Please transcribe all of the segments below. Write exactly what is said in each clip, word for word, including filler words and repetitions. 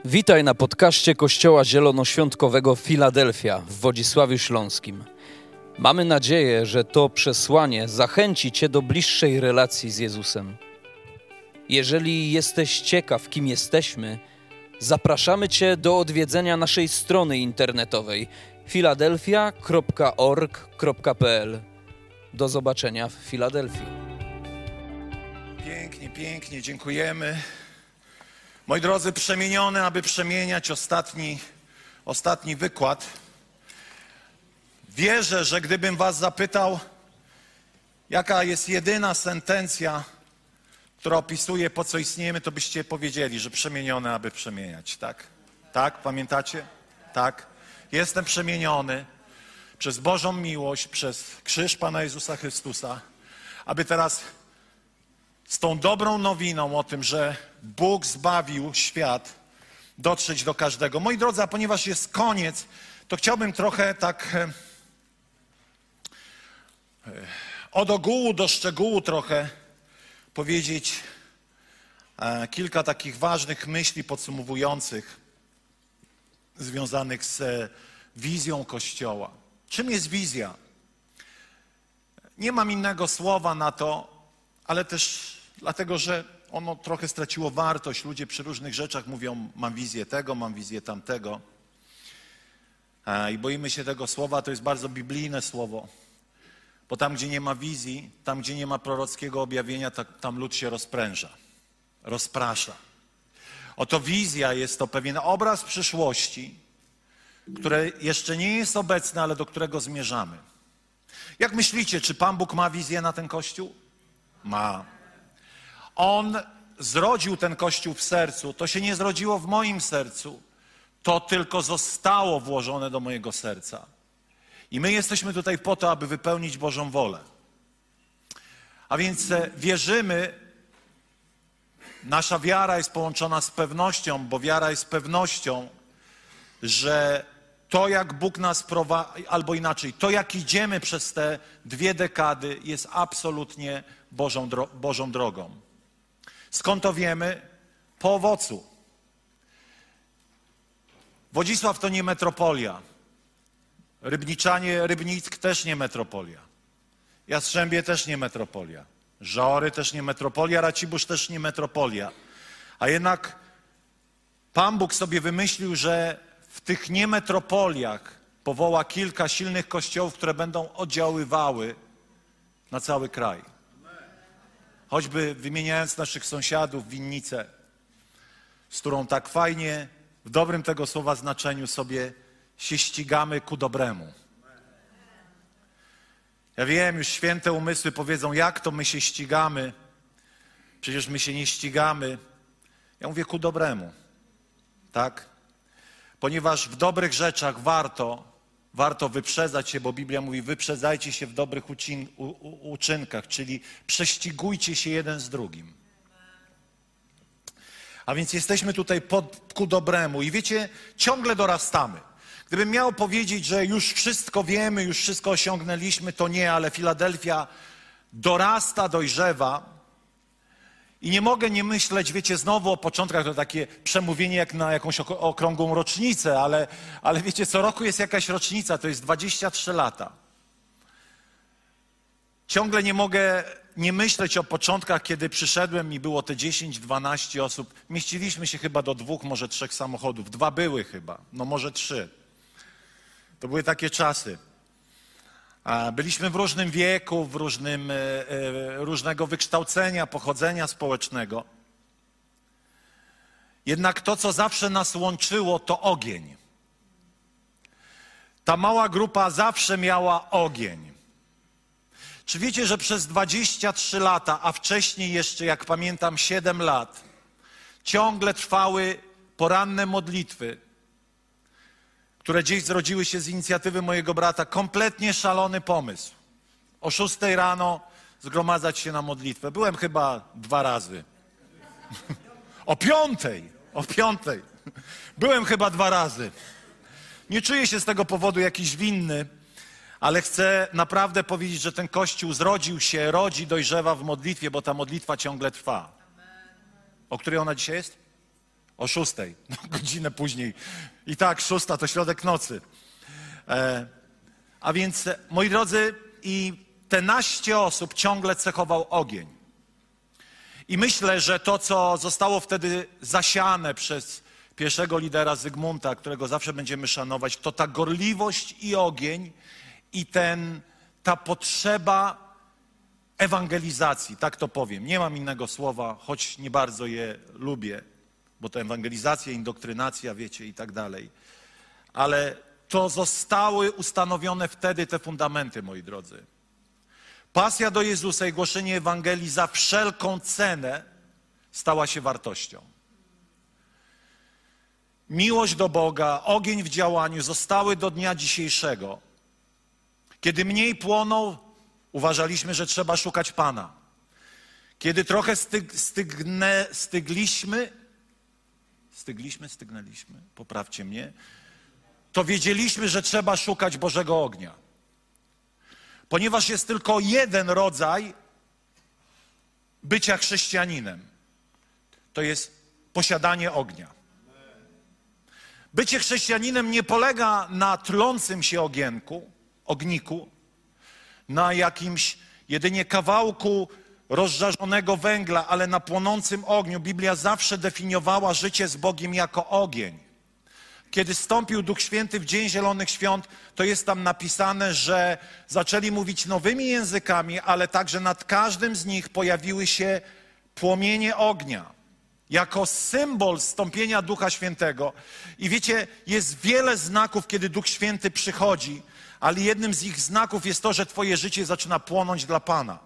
Witaj na podcaście Kościoła Zielonoświątkowego Filadelfia w Wodzisławiu Śląskim. Mamy nadzieję, że to przesłanie zachęci Cię do bliższej relacji z Jezusem. Jeżeli jesteś ciekaw, kim jesteśmy, zapraszamy Cię do odwiedzenia naszej strony internetowej filadelfia kropka org kropka p l. Do zobaczenia w Filadelfii. Pięknie, pięknie, dziękujemy. Moi drodzy, przemieniony, aby przemieniać, ostatni, ostatni wykład. Wierzę, że gdybym was zapytał, jaka jest jedyna sentencja, która opisuje, po co istniejemy, to byście powiedzieli, że przemieniony, aby przemieniać, tak? Tak? Pamiętacie? Tak. Jestem przemieniony przez Bożą miłość, przez krzyż Pana Jezusa Chrystusa, aby teraz z tą dobrą nowiną o tym, że Bóg zbawił świat, dotrzeć do każdego. Moi drodzy, a ponieważ jest koniec, to chciałbym trochę tak e, od ogółu do szczegółu trochę powiedzieć e, kilka takich ważnych myśli podsumowujących związanych z e, wizją Kościoła. Czym jest wizja? Nie mam innego słowa na to, ale też dlatego, że ono trochę straciło wartość. Ludzie przy różnych rzeczach mówią, mam wizję tego, mam wizję tamtego. I boimy się tego słowa, to jest bardzo biblijne słowo. Bo tam, gdzie nie ma wizji, tam, gdzie nie ma prorockiego objawienia, tam lud się rozpręża, rozprasza. Oto wizja jest to pewien obraz przyszłości, które jeszcze nie jest obecne, ale do którego zmierzamy. Jak myślicie, czy Pan Bóg ma wizję na ten Kościół? Ma. On zrodził ten Kościół w sercu. To się nie zrodziło w moim sercu. To tylko zostało włożone do mojego serca. I my jesteśmy tutaj po to, aby wypełnić Bożą wolę. A więc wierzymy, nasza wiara jest połączona z pewnością, bo wiara jest pewnością, że to, jak Bóg nas prowadzi, albo inaczej, to, jak idziemy przez te dwie dekady, jest absolutnie Bożą, dro- Bożą drogą. Skąd to wiemy? Po owocu. Wodzisław to nie metropolia. Rybniczanie, Rybnick też nie metropolia. Jastrzębie też nie metropolia. Żory też nie metropolia, Racibórz też nie metropolia. A jednak Pan Bóg sobie wymyślił, że w tych niemetropoliach powoła kilka silnych kościołów, które będą oddziaływały na cały kraj. Choćby wymieniając naszych sąsiadów, Winnicę, z którą tak fajnie, w dobrym tego słowa znaczeniu sobie się ścigamy ku dobremu. Ja wiem, już święte umysły powiedzą, jak to my się ścigamy? Przecież my się nie ścigamy. Ja mówię ku dobremu, tak? Ponieważ w dobrych rzeczach warto, warto wyprzedzać się, bo Biblia mówi, wyprzedzajcie się w dobrych uczyn, u, u, uczynkach, czyli prześcigujcie się jeden z drugim. A więc jesteśmy tutaj pod, ku dobremu i wiecie, ciągle dorastamy. Gdybym miał powiedzieć, że już wszystko wiemy, już wszystko osiągnęliśmy, to nie, ale Filadelfia dorasta, dojrzewa. I nie mogę nie myśleć, wiecie, znowu o początkach, to takie przemówienie jak na jakąś okrągłą rocznicę, ale, ale wiecie, co roku jest jakaś rocznica, to jest dwadzieścia trzy lata. Ciągle nie mogę nie myśleć o początkach, kiedy przyszedłem i było te dziesięć dwanaście osób. Mieściliśmy się chyba do dwóch, może trzech samochodów. Dwa były chyba, no może trzy. To były takie czasy. Byliśmy w różnym wieku, w różnym, różnego wykształcenia, pochodzenia społecznego. Jednak to, co zawsze nas łączyło, to ogień. Ta mała grupa zawsze miała ogień. Czy wiecie, że przez dwadzieścia trzy lata, a wcześniej jeszcze, jak pamiętam, siedem lat, ciągle trwały poranne modlitwy, które gdzieś zrodziły się z inicjatywy mojego brata, kompletnie szalony pomysł. O szóstej rano zgromadzać się na modlitwę. Byłem chyba dwa razy. O piątej, o piątej. Byłem chyba dwa razy. Nie czuję się z tego powodu jakiś winny, ale chcę naprawdę powiedzieć, że ten Kościół zrodził się, rodzi, dojrzewa w modlitwie, bo ta modlitwa ciągle trwa. O której ona dzisiaj jest? O szóstej, no, godzinę później. I tak, szósta to środek nocy. E, a więc, moi drodzy, i te naście osób ciągle cechował ogień. I myślę, że to, co zostało wtedy zasiane przez pierwszego lidera Zygmunta, którego zawsze będziemy szanować, to ta gorliwość i ogień i ten, ta potrzeba ewangelizacji, tak to powiem. Nie mam innego słowa, choć nie bardzo je lubię, bo to ewangelizacja, indoktrynacja, wiecie, i tak dalej. Ale to zostały ustanowione wtedy te fundamenty, moi drodzy. Pasja do Jezusa i głoszenie Ewangelii za wszelką cenę stała się wartością. Miłość do Boga, ogień w działaniu zostały do dnia dzisiejszego. Kiedy mniej płonął, uważaliśmy, że trzeba szukać Pana. Kiedy trochę styg, stygnę, stygliśmy, stygliśmy, stygnęliśmy, poprawcie mnie, to wiedzieliśmy, że trzeba szukać Bożego ognia. Ponieważ jest tylko jeden rodzaj bycia chrześcijaninem. To jest posiadanie ognia. Bycie chrześcijaninem nie polega na tlącym się ogienku, ogniku, na jakimś jedynie kawałku rozżarzonego węgla, ale na płonącym ogniu. Biblia zawsze definiowała życie z Bogiem jako ogień. Kiedy zstąpił Duch Święty w Dzień Zielonych Świąt, to jest tam napisane, że zaczęli mówić nowymi językami, ale także nad każdym z nich pojawiły się płomienie ognia, jako symbol zstąpienia Ducha Świętego. I wiecie, jest wiele znaków, kiedy Duch Święty przychodzi, ale jednym z ich znaków jest to, że twoje życie zaczyna płonąć dla Pana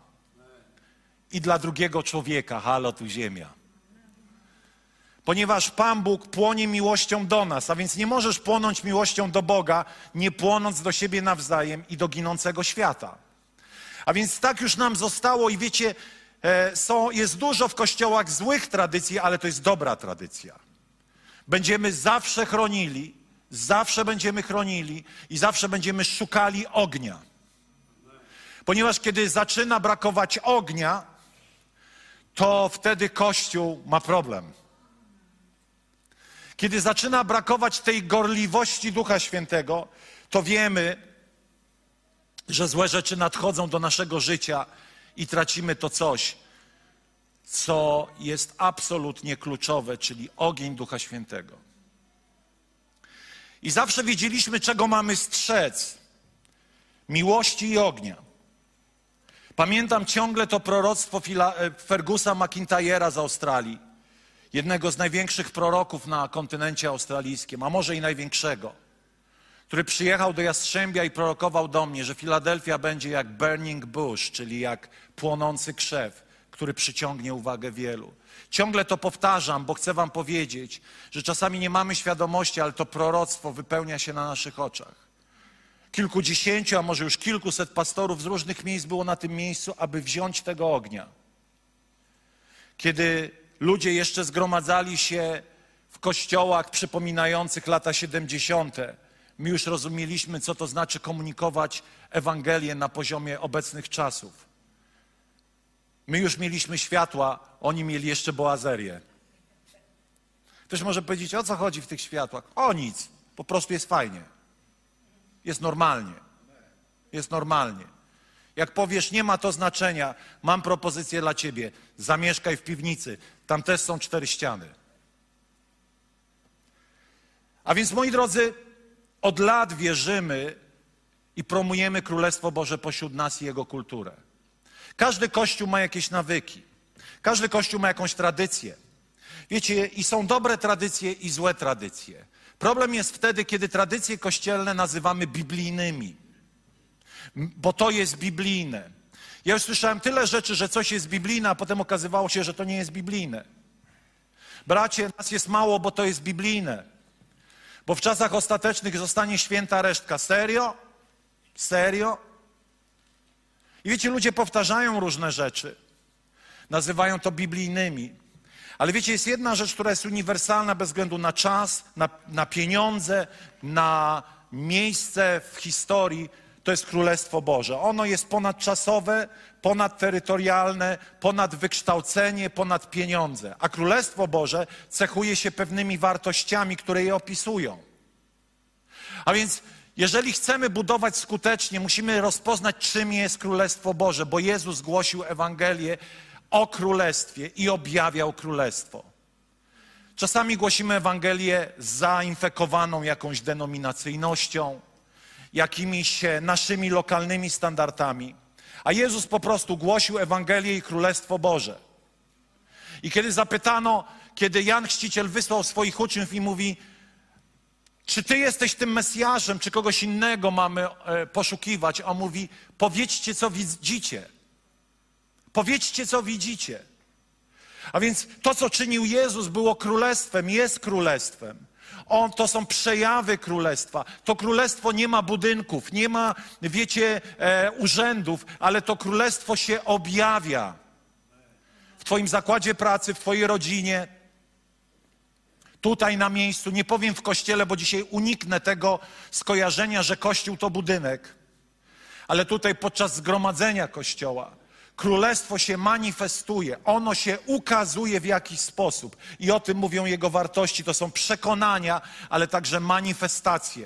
i dla drugiego człowieka. Halo, tu ziemia. Ponieważ Pan Bóg płonie miłością do nas, a więc nie możesz płonąć miłością do Boga, nie płonąc do siebie nawzajem i do ginącego świata. A więc tak już nam zostało i wiecie, e, są, jest dużo w kościołach złych tradycji, ale to jest dobra tradycja. Będziemy zawsze chronili, zawsze będziemy chronili i zawsze będziemy szukali ognia. Ponieważ kiedy zaczyna brakować ognia, to wtedy Kościół ma problem. Kiedy zaczyna brakować tej gorliwości Ducha Świętego, to wiemy, że złe rzeczy nadchodzą do naszego życia i tracimy to coś, co jest absolutnie kluczowe, czyli ogień Ducha Świętego. I zawsze wiedzieliśmy, czego mamy strzec. Miłości i ognia. Pamiętam ciągle to proroctwo Fergusa McIntyre'a z Australii. Jednego z największych proroków na kontynencie australijskim, a może i największego, który przyjechał do Jastrzębia i prorokował do mnie, że Filadelfia będzie jak burning bush, czyli jak płonący krzew, który przyciągnie uwagę wielu. Ciągle to powtarzam, bo chcę wam powiedzieć, że czasami nie mamy świadomości, ale to proroctwo wypełnia się na naszych oczach. Kilkudziesięciu, a może już kilkuset pastorów z różnych miejsc było na tym miejscu, aby wziąć tego ognia. Kiedy ludzie jeszcze zgromadzali się w kościołach przypominających lata siedemdziesiąte. My już rozumieliśmy, co to znaczy komunikować Ewangelię na poziomie obecnych czasów. My już mieliśmy światła, oni mieli jeszcze boazerię. Ktoś może powiedzieć, o co chodzi w tych światłach? O nic, po prostu jest fajnie. Jest normalnie. Jest normalnie. Jak powiesz, nie ma to znaczenia, mam propozycję dla ciebie. Zamieszkaj w piwnicy, tam też są cztery ściany. A więc, moi drodzy, od lat wierzymy i promujemy Królestwo Boże pośród nas i Jego kulturę. Każdy kościół ma jakieś nawyki. Każdy kościół ma jakąś tradycję. Wiecie, i są dobre tradycje i złe tradycje. Problem jest wtedy, kiedy tradycje kościelne nazywamy biblijnymi. Bo to jest biblijne. Ja już słyszałem tyle rzeczy, że coś jest biblijne, a potem okazywało się, że to nie jest biblijne. Bracie, nas jest mało, bo to jest biblijne. Bo w czasach ostatecznych zostanie święta resztka. Serio? Serio? I wiecie, ludzie powtarzają różne rzeczy. Nazywają to biblijnymi. Ale wiecie, jest jedna rzecz, która jest uniwersalna bez względu na czas, na, na pieniądze, na miejsce w historii. to jest Królestwo Boże. Ono jest ponadczasowe, ponadterytorialne, ponad wykształcenie, ponad pieniądze. A Królestwo Boże cechuje się pewnymi wartościami, które je opisują. A więc jeżeli chcemy budować skutecznie, musimy rozpoznać, czym jest Królestwo Boże, bo Jezus głosił Ewangelię o Królestwie i objawiał Królestwo. Czasami głosimy Ewangelię zainfekowaną jakąś denominacyjnością, jakimiś naszymi lokalnymi standardami. A Jezus po prostu głosił Ewangelię i Królestwo Boże. I kiedy zapytano, kiedy Jan Chrzciciel wysłał swoich uczniów i mówi, czy ty jesteś tym Mesjaszem, czy kogoś innego mamy e, poszukiwać? On mówi, powiedzcie, co widzicie. Powiedzcie, co widzicie. A więc to, co czynił Jezus, było królestwem, jest królestwem. On, to są przejawy królestwa. To królestwo nie ma budynków, nie ma, wiecie, e, urzędów, ale to królestwo się objawia. W twoim zakładzie pracy, w twojej rodzinie, tutaj na miejscu, nie powiem w kościele, bo dzisiaj uniknę tego skojarzenia, że kościół to budynek. Ale tutaj podczas zgromadzenia kościoła królestwo się manifestuje, ono się ukazuje w jakiś sposób. I o tym mówią jego wartości. To są przekonania, ale także manifestacje.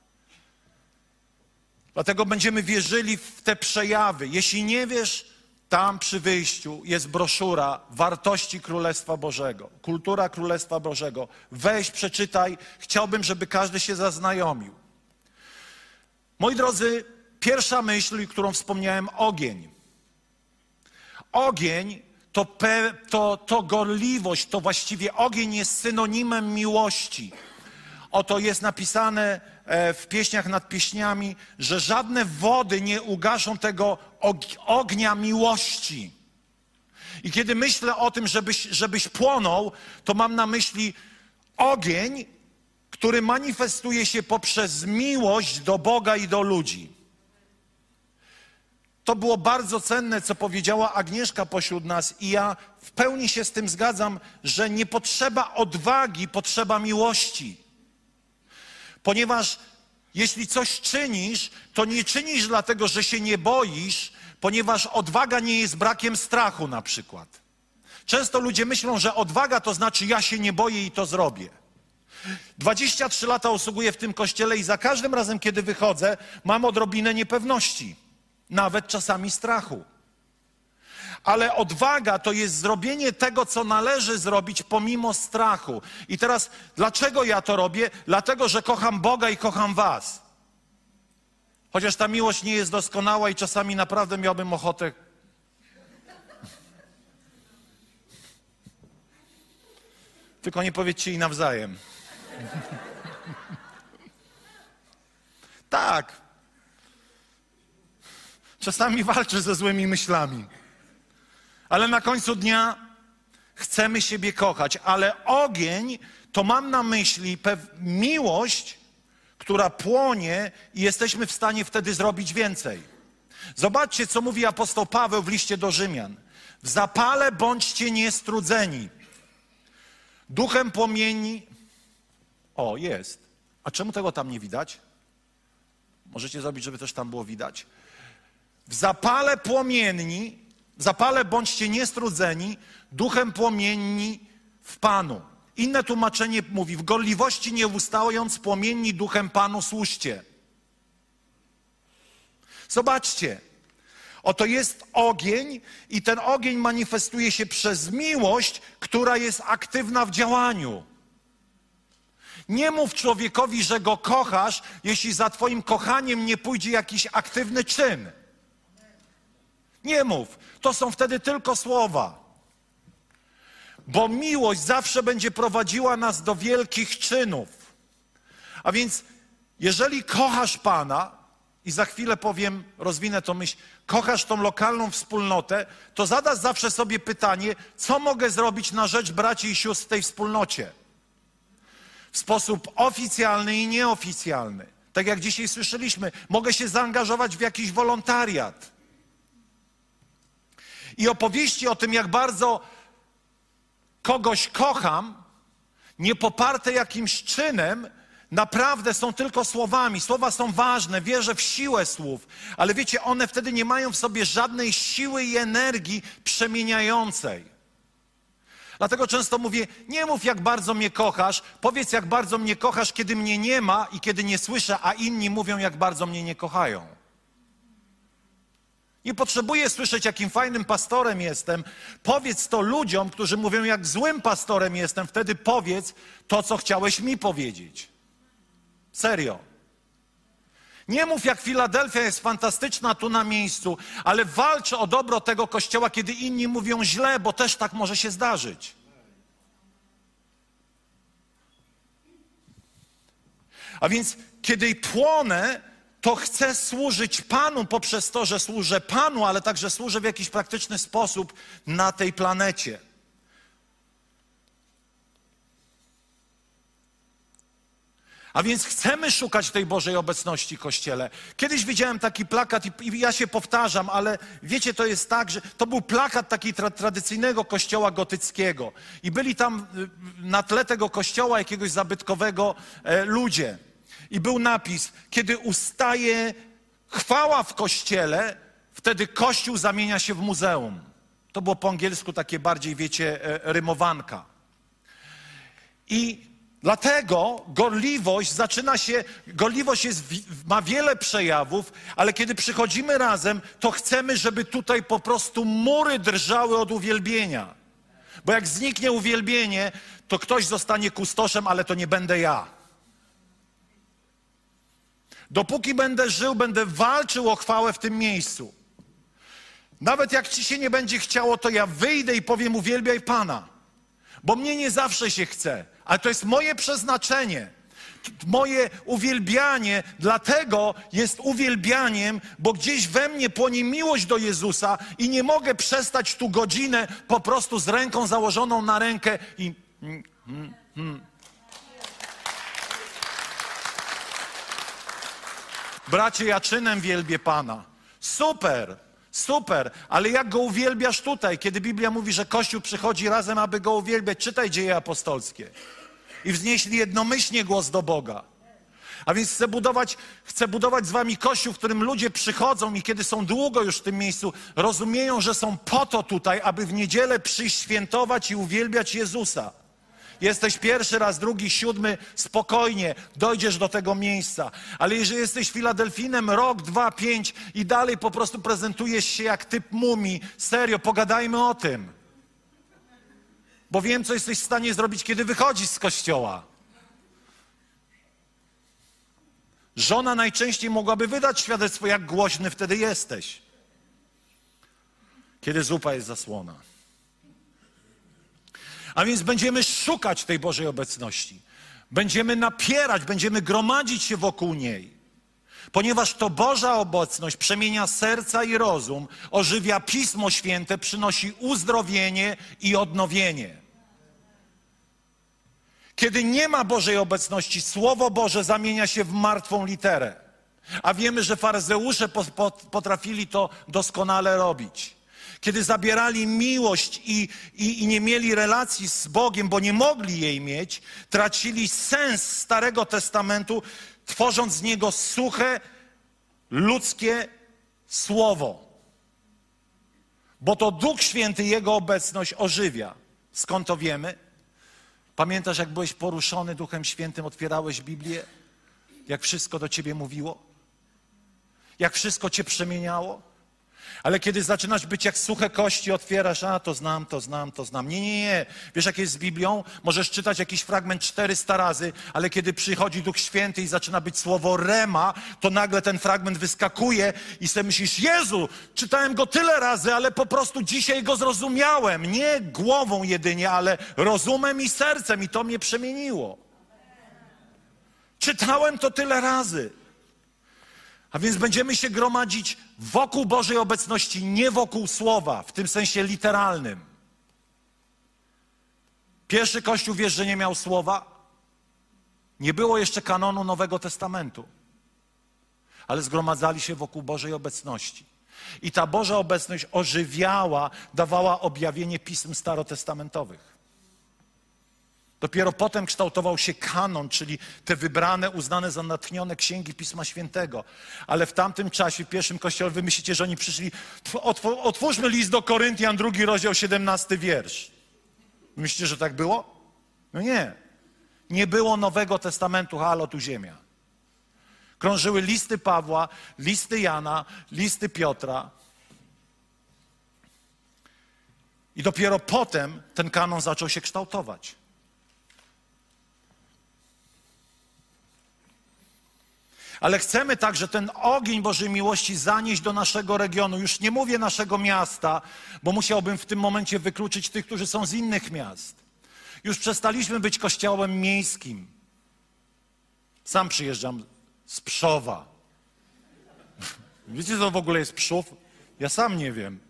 Dlatego będziemy wierzyli w te przejawy. Jeśli nie wiesz, tam przy wyjściu jest broszura Wartości Królestwa Bożego. Kultura Królestwa Bożego. Weź, przeczytaj. Chciałbym, żeby każdy się zaznajomił. Moi drodzy, pierwsza myśl, którą wspomniałem, ogień. Ogień to, pe, to, to gorliwość, to właściwie ogień jest synonimem miłości. Oto jest napisane w pieśniach nad pieśniami, że żadne wody nie ugaszą tego ognia miłości. I kiedy myślę o tym, żebyś, żebyś płonął, to mam na myśli ogień, który manifestuje się poprzez miłość do Boga i do ludzi. To było bardzo cenne, co powiedziała Agnieszka pośród nas i ja w pełni się z tym zgadzam, że nie potrzeba odwagi, potrzeba miłości. Ponieważ jeśli coś czynisz, to nie czynisz dlatego, że się nie boisz, ponieważ odwaga nie jest brakiem strachu na przykład. Często ludzie myślą, że odwaga to znaczy ja się nie boję i to zrobię. dwadzieścia trzy lata usługuję w tym kościele i za każdym razem, kiedy wychodzę, mam odrobinę niepewności. Nawet czasami strachu. Ale odwaga to jest zrobienie tego, co należy zrobić pomimo strachu. I teraz, dlaczego ja to robię? Dlatego, że kocham Boga i kocham was. Chociaż ta miłość nie jest doskonała i czasami naprawdę miałbym ochotę... Tylko nie powiedzcie jej nawzajem. Tak. Czasami walczę ze złymi myślami. Ale na końcu dnia chcemy siebie kochać. Ale ogień to mam na myśli miłość, która płonie i jesteśmy w stanie wtedy zrobić więcej. Zobaczcie, co mówi apostoł Paweł w liście do Rzymian. W zapale bądźcie niestrudzeni. Duchem płomieni... O, jest. A czemu tego tam nie widać? Możecie zrobić, żeby też tam było widać? W zapale płomienni, w zapale bądźcie niestrudzeni, duchem płomienni w Panu. Inne tłumaczenie mówi, w gorliwości nie ustając, płomienni duchem Panu służcie. Zobaczcie, oto jest ogień i ten ogień manifestuje się przez miłość, która jest aktywna w działaniu. Nie mów człowiekowi, że go kochasz, jeśli za twoim kochaniem nie pójdzie jakiś aktywny czyn. Nie mów. To są wtedy tylko słowa. Bo miłość zawsze będzie prowadziła nas do wielkich czynów. A więc, jeżeli kochasz Pana, i za chwilę powiem, rozwinę tą myśl, kochasz tą lokalną wspólnotę, to zadasz zawsze sobie pytanie, co mogę zrobić na rzecz braci i sióstr w tej wspólnocie? W sposób oficjalny i nieoficjalny. Tak jak dzisiaj słyszeliśmy, mogę się zaangażować w jakiś wolontariat. I opowieści o tym, jak bardzo kogoś kocham, nie poparte jakimś czynem, naprawdę są tylko słowami. Słowa są ważne, wierzę w siłę słów, ale wiecie, one wtedy nie mają w sobie żadnej siły i energii przemieniającej. Dlatego często mówię, nie mów jak bardzo mnie kochasz, powiedz jak bardzo mnie kochasz, kiedy mnie nie ma i kiedy nie słyszę, a inni mówią jak bardzo mnie nie kochają. Nie potrzebuję słyszeć, jakim fajnym pastorem jestem. Powiedz to ludziom, którzy mówią, jak złym pastorem jestem. Wtedy powiedz to, co chciałeś mi powiedzieć. Serio. Nie mów, jak Filadelfia jest fantastyczna tu na miejscu, ale walcz o dobro tego kościoła, kiedy inni mówią źle, bo też tak może się zdarzyć. A więc, kiedy płonę, to chcę służyć Panu poprzez to, że służę Panu, ale także służę w jakiś praktyczny sposób na tej planecie. A więc chcemy szukać tej Bożej obecności w Kościele. Kiedyś widziałem taki plakat i, i ja się powtarzam, ale wiecie, to jest tak, że to był plakat takiego tra tradycyjnego kościoła gotyckiego. I byli tam na tle tego kościoła jakiegoś zabytkowego e, ludzie. I był napis, kiedy ustaje chwała w Kościele, wtedy Kościół zamienia się w muzeum. To było po angielsku takie bardziej, wiecie, e, rymowanka. I dlatego gorliwość zaczyna się, gorliwość jest, ma wiele przejawów, ale kiedy przychodzimy razem, to chcemy, żeby tutaj po prostu mury drżały od uwielbienia. Bo jak zniknie uwielbienie, to ktoś zostanie kustoszem, ale to nie będę ja. Dopóki będę żył, będę walczył o chwałę w tym miejscu. Nawet jak ci się nie będzie chciało, to ja wyjdę i powiem uwielbiaj Pana. Bo mnie nie zawsze się chce, ale to jest moje przeznaczenie. Moje uwielbianie dlatego jest uwielbianiem, bo gdzieś we mnie płonie miłość do Jezusa i nie mogę przestać tu godzinę po prostu z ręką założoną na rękę i... Mm, mm, mm. Bracie, ja czynem wielbię Pana. Super, super, ale jak Go uwielbiasz tutaj, kiedy Biblia mówi, że Kościół przychodzi razem, aby Go uwielbiać? Czytaj Dzieje apostolskie. I wznieśli jednomyślnie głos do Boga. A więc chcę budować, chcę budować z wami Kościół, w którym ludzie przychodzą i kiedy są długo już w tym miejscu, rozumieją, że są po to tutaj, aby w niedzielę przyjść świętować i uwielbiać Jezusa. Jesteś pierwszy raz, drugi, siódmy, spokojnie, dojdziesz do tego miejsca. Ale jeżeli jesteś Filadelfinem rok, dwa, pięć i dalej po prostu prezentujesz się jak typ mumii, serio, pogadajmy o tym. Bo wiem, co jesteś w stanie zrobić, kiedy wychodzisz z kościoła. Żona najczęściej mogłaby wydać świadectwo, jak głośny wtedy jesteś. Kiedy zupa jest zasłona. A więc będziemy szukać tej Bożej obecności. Będziemy napierać, będziemy gromadzić się wokół niej. Ponieważ to Boża obecność przemienia serca i rozum, ożywia Pismo Święte, przynosi uzdrowienie i odnowienie. Kiedy nie ma Bożej obecności, Słowo Boże zamienia się w martwą literę. A wiemy, że faryzeusze potrafili to doskonale robić. Kiedy zabierali miłość i, i, i nie mieli relacji z Bogiem, bo nie mogli jej mieć, tracili sens Starego Testamentu, tworząc z niego suche, ludzkie słowo. Bo to Duch Święty, Jego obecność ożywia. Skąd to wiemy? Pamiętasz, jak byłeś poruszony Duchem Świętym, otwierałeś Biblię? Jak wszystko do ciebie mówiło? Jak wszystko cię przemieniało? Ale kiedy zaczynasz być jak suche kości, otwierasz, a to znam, to znam, to znam. Nie, nie, nie. Wiesz, jak jest z Biblią? Możesz czytać jakiś fragment czterysta razy, ale kiedy przychodzi Duch Święty i zaczyna być słowo rema, to nagle ten fragment wyskakuje i sobie myślisz, Jezu, czytałem go tyle razy, ale po prostu dzisiaj go zrozumiałem. Nie głową jedynie, ale rozumem i sercem i to mnie przemieniło. Czytałem to tyle razy. A więc będziemy się gromadzić wokół Bożej obecności, nie wokół Słowa, w tym sensie literalnym. Pierwszy Kościół, wiesz, że nie miał Słowa? Nie było jeszcze kanonu Nowego Testamentu. Ale zgromadzali się wokół Bożej obecności. I ta Boża obecność ożywiała, dawała objawienie pism starotestamentowych. Dopiero potem kształtował się kanon, czyli te wybrane, uznane za natchnione księgi Pisma Świętego. Ale w tamtym czasie, w pierwszym kościele, wy myślicie, że oni przyszli, otwórzmy list do Koryntian, drugi rozdział, siedemnasty wiersz. Myślicie, że tak było? No nie. Nie było Nowego Testamentu, halo, tu ziemia. Krążyły listy Pawła, listy Jana, listy Piotra. I dopiero potem ten kanon zaczął się kształtować. Ale chcemy także ten ogień Bożej miłości zanieść do naszego regionu. Już nie mówię naszego miasta, bo musiałbym w tym momencie wykluczyć tych, którzy są z innych miast. Już przestaliśmy być kościołem miejskim. Sam przyjeżdżam z Pszowa. Wiecie, co w ogóle jest Pszów? Ja sam nie wiem.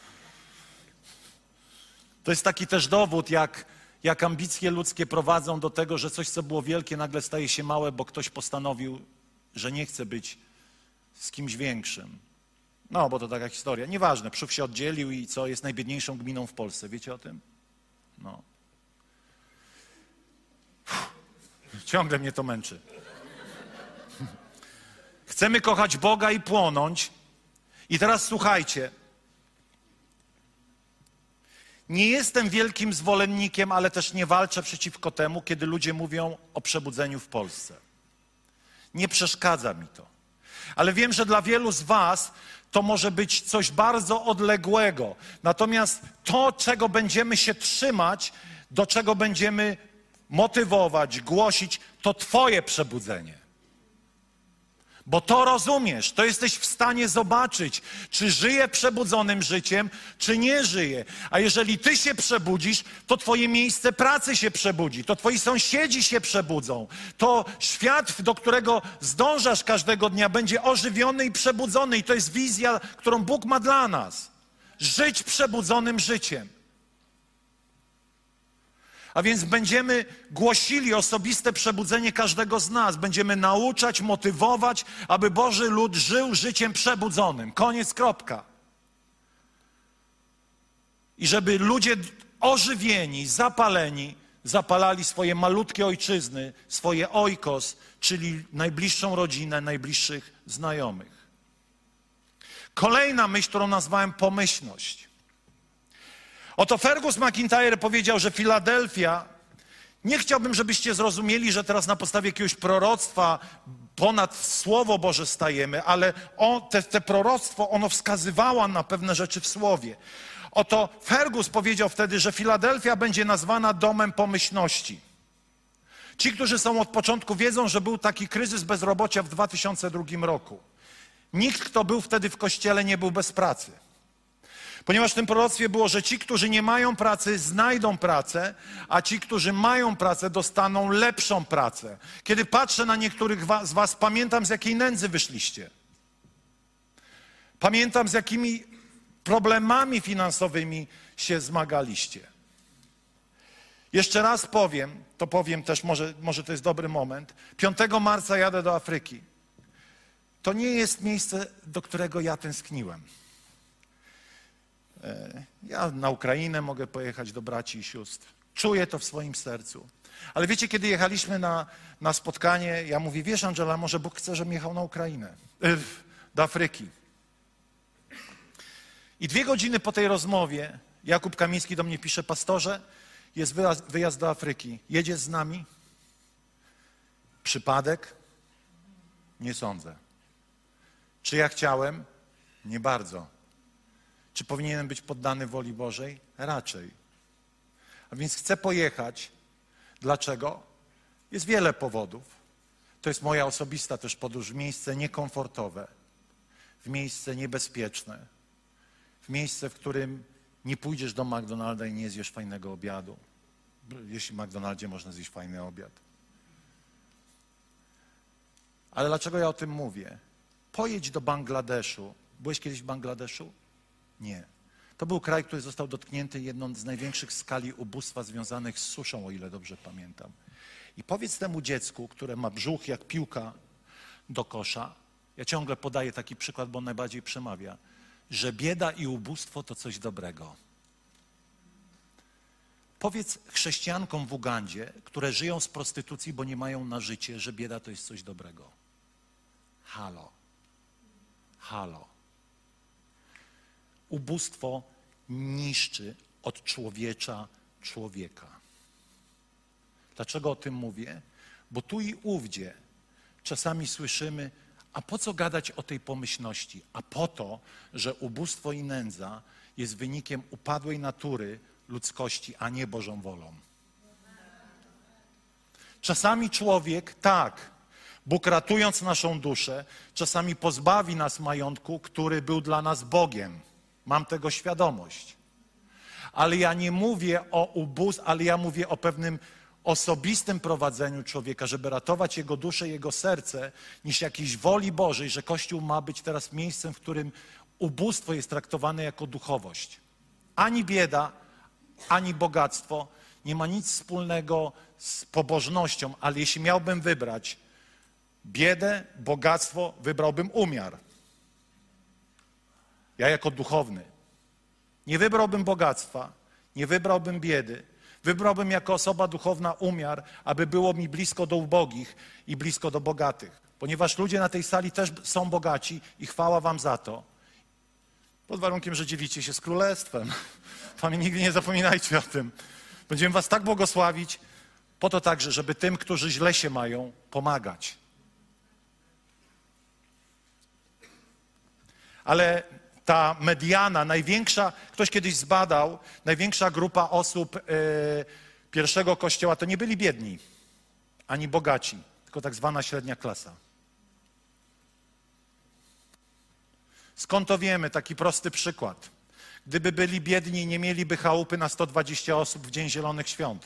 To jest taki też dowód, jak, jak ambicje ludzkie prowadzą do tego, że coś, co było wielkie, nagle staje się małe, bo ktoś postanowił, że nie chce być z kimś większym. No, bo to taka historia. Nieważne, Pszów się oddzielił i co, jest najbiedniejszą gminą w Polsce. Wiecie o tym? No. Uff, ciągle mnie to męczy. Chcemy kochać Boga i płonąć. I teraz słuchajcie. Nie jestem wielkim zwolennikiem, ale też nie walczę przeciwko temu, kiedy ludzie mówią o przebudzeniu w Polsce. Nie przeszkadza mi to. Ale wiem, że dla wielu z was to może być coś bardzo odległego. Natomiast to, czego będziemy się trzymać, do czego będziemy motywować, głosić, to twoje przebudzenie. Bo to rozumiesz, to jesteś w stanie zobaczyć, czy żyje przebudzonym życiem, czy nie żyje. A jeżeli ty się przebudzisz, to twoje miejsce pracy się przebudzi, to twoi sąsiedzi się przebudzą, to świat, do którego zdążasz każdego dnia, będzie ożywiony i przebudzony. I to jest wizja, którą Bóg ma dla nas. Żyć przebudzonym życiem. A więc będziemy głosili osobiste przebudzenie każdego z nas. Będziemy nauczać, motywować, aby Boży lud żył życiem przebudzonym. Koniec, kropka. I żeby ludzie ożywieni, zapaleni, zapalali swoje malutkie ojczyzny, swoje oikos, czyli najbliższą rodzinę, najbliższych znajomych. Kolejna myśl, którą nazwałem pomyślność. Oto Fergus McIntyre powiedział, że Filadelfia, nie chciałbym, żebyście zrozumieli, że teraz na podstawie jakiegoś proroctwa ponad Słowo Boże stajemy, ale on, te, te proroctwo, ono wskazywało na pewne rzeczy w Słowie. Oto Fergus powiedział wtedy, że Filadelfia będzie nazwana domem pomyślności. Ci, którzy są od początku, wiedzą, że był taki kryzys bezrobocia w dwa tysiące drugim roku. Nikt, kto był wtedy w kościele, nie był bez pracy. Ponieważ w tym proroctwie było, że ci, którzy nie mają pracy, znajdą pracę, a ci, którzy mają pracę, dostaną lepszą pracę. Kiedy patrzę na niektórych z was, pamiętam, z jakiej nędzy wyszliście. Pamiętam, z jakimi problemami finansowymi się zmagaliście. Jeszcze raz powiem, to powiem też, może, może to jest dobry moment. piątego marca jadę do Afryki. To nie jest miejsce, do którego ja tęskniłem. Ja na Ukrainę mogę pojechać do braci i sióstr. Czuję to w swoim sercu. Ale wiecie, kiedy jechaliśmy na, na spotkanie, ja mówię, wiesz, Angela, może Bóg chce, żebym jechał na Ukrainę, do Afryki. I dwie godziny po tej rozmowie Jakub Kamiński do mnie pisze, pastorze, jest wyjazd, wyjazd do Afryki. Jedziesz z nami? Przypadek? Nie sądzę. Czy ja chciałem? Nie bardzo. Czy powinienem być poddany woli Bożej? Raczej. A więc chcę pojechać. Dlaczego? Jest wiele powodów. To jest moja osobista też podróż w miejsce niekomfortowe, w miejsce niebezpieczne, w miejsce, w którym nie pójdziesz do McDonalda i nie zjesz fajnego obiadu. Jeśli w McDonaldzie można zjeść fajny obiad. Ale dlaczego ja o tym mówię? Pojedź do Bangladeszu. Byłeś kiedyś w Bangladeszu? Nie. To był kraj, który został dotknięty jedną z największych skali ubóstwa związanych z suszą, o ile dobrze pamiętam. I powiedz temu dziecku, które ma brzuch jak piłka do kosza, ja ciągle podaję taki przykład, bo on najbardziej przemawia, że bieda i ubóstwo to coś dobrego. Powiedz chrześcijankom w Ugandzie, które żyją z prostytucji, bo nie mają na życie, że bieda to jest coś dobrego. Halo. Halo. Ubóstwo niszczy od człowiecza człowieka. Dlaczego o tym mówię? Bo tu i ówdzie czasami słyszymy, a po co gadać o tej pomyślności? A po to, że ubóstwo i nędza jest wynikiem upadłej natury ludzkości, a nie Bożą wolą. Czasami człowiek, tak, Bóg ratując naszą duszę, czasami pozbawi nas majątku, który był dla nas Bogiem. Mam tego świadomość. Ale ja nie mówię o ubóstwie, ale ja mówię o pewnym osobistym prowadzeniu człowieka, żeby ratować jego duszę, jego serce, niż jakiejś woli Bożej, że Kościół ma być teraz miejscem, w którym ubóstwo jest traktowane jako duchowość. Ani bieda, ani bogactwo nie ma nic wspólnego z pobożnością, ale jeśli miałbym wybrać biedę, bogactwo, wybrałbym umiar. Ja jako duchowny. Nie wybrałbym bogactwa, nie wybrałbym biedy, wybrałbym jako osoba duchowna umiar, aby było mi blisko do ubogich i blisko do bogatych. Ponieważ ludzie na tej sali też są bogaci i chwała wam za to. Pod warunkiem, że dzielicie się z królestwem. Panie, nigdy nie zapominajcie o tym. Będziemy was tak błogosławić, po to także, żeby tym, którzy źle się mają, pomagać. Ale ta mediana, największa, ktoś kiedyś zbadał, największa grupa osób yy, pierwszego kościoła to nie byli biedni, ani bogaci, tylko tak zwana średnia klasa. Skąd to wiemy? Taki prosty przykład. Gdyby byli biedni, nie mieliby chałupy na sto dwadzieścia osób w Dzień Zielonych Świąt.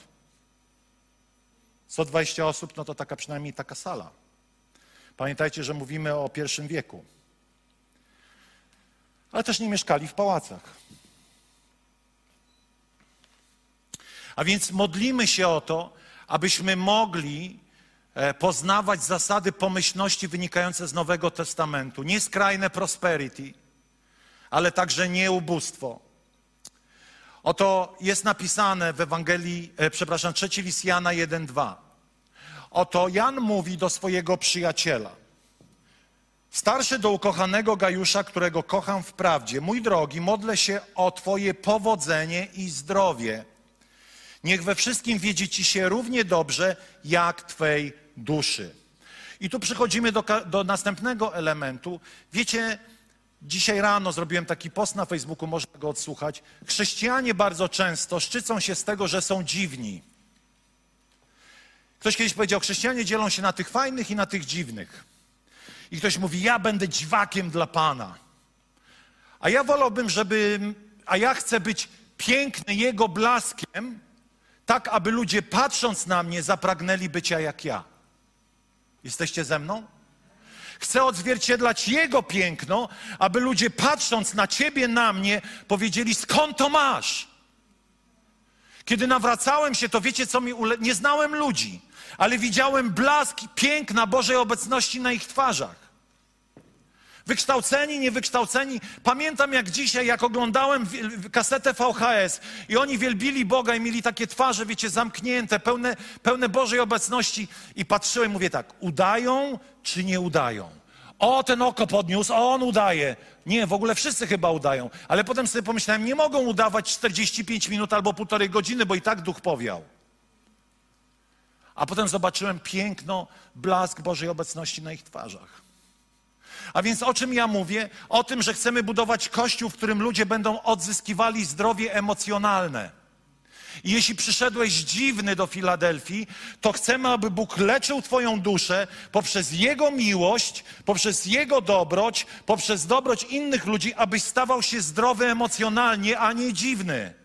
sto dwadzieścia osób, no to taka przynajmniej taka sala. Pamiętajcie, że mówimy o pierwszym wieku. Ale też nie mieszkali w pałacach. A więc modlimy się o to, abyśmy mogli poznawać zasady pomyślności wynikające z Nowego Testamentu. Nie skrajne prosperity, ale także nie ubóstwo. Oto jest napisane w Ewangelii, przepraszam, trzeci list Jana jeden, dwa. Oto Jan mówi do swojego przyjaciela. Starszy do ukochanego Gajusza, którego kocham w prawdzie. Mój drogi, modlę się o Twoje powodzenie i zdrowie. Niech we wszystkim wiedzie Ci się równie dobrze, jak Twej duszy. I tu przechodzimy do, do następnego elementu. Wiecie, dzisiaj rano zrobiłem taki post na Facebooku, można go odsłuchać. Chrześcijanie bardzo często szczycą się z tego, że są dziwni. Ktoś kiedyś powiedział, chrześcijanie dzielą się na tych fajnych i na tych dziwnych. I ktoś mówi, ja będę dziwakiem dla Pana. A ja wolałbym, żeby, a ja chcę być piękny Jego blaskiem, tak aby ludzie patrząc na mnie zapragnęli bycia jak ja. Jesteście ze mną? Chcę odzwierciedlać Jego piękno, aby ludzie patrząc na Ciebie, na mnie, powiedzieli, skąd to masz? Kiedy nawracałem się, to wiecie, co mi ule... Nie znałem ludzi, ale widziałem blask piękna Bożej obecności na ich twarzach. Wykształceni, niewykształceni. Pamiętam jak dzisiaj, jak oglądałem kasetę V H S i oni wielbili Boga i mieli takie twarze, wiecie, zamknięte, pełne, pełne Bożej obecności i patrzyłem, mówię tak, udają czy nie udają? O, ten oko podniósł, o, on udaje. Nie, w ogóle wszyscy chyba udają. Ale potem sobie pomyślałem, nie mogą udawać czterdzieści pięć minut albo półtorej godziny, bo i tak duch powiał. A potem zobaczyłem piękno, blask Bożej obecności na ich twarzach. A więc o czym ja mówię? O tym, że chcemy budować Kościół, w którym ludzie będą odzyskiwali zdrowie emocjonalne. I jeśli przyszedłeś dziwny do Filadelfii, to chcemy, aby Bóg leczył Twoją duszę poprzez Jego miłość, poprzez Jego dobroć, poprzez dobroć innych ludzi, abyś stawał się zdrowy emocjonalnie, a nie dziwny.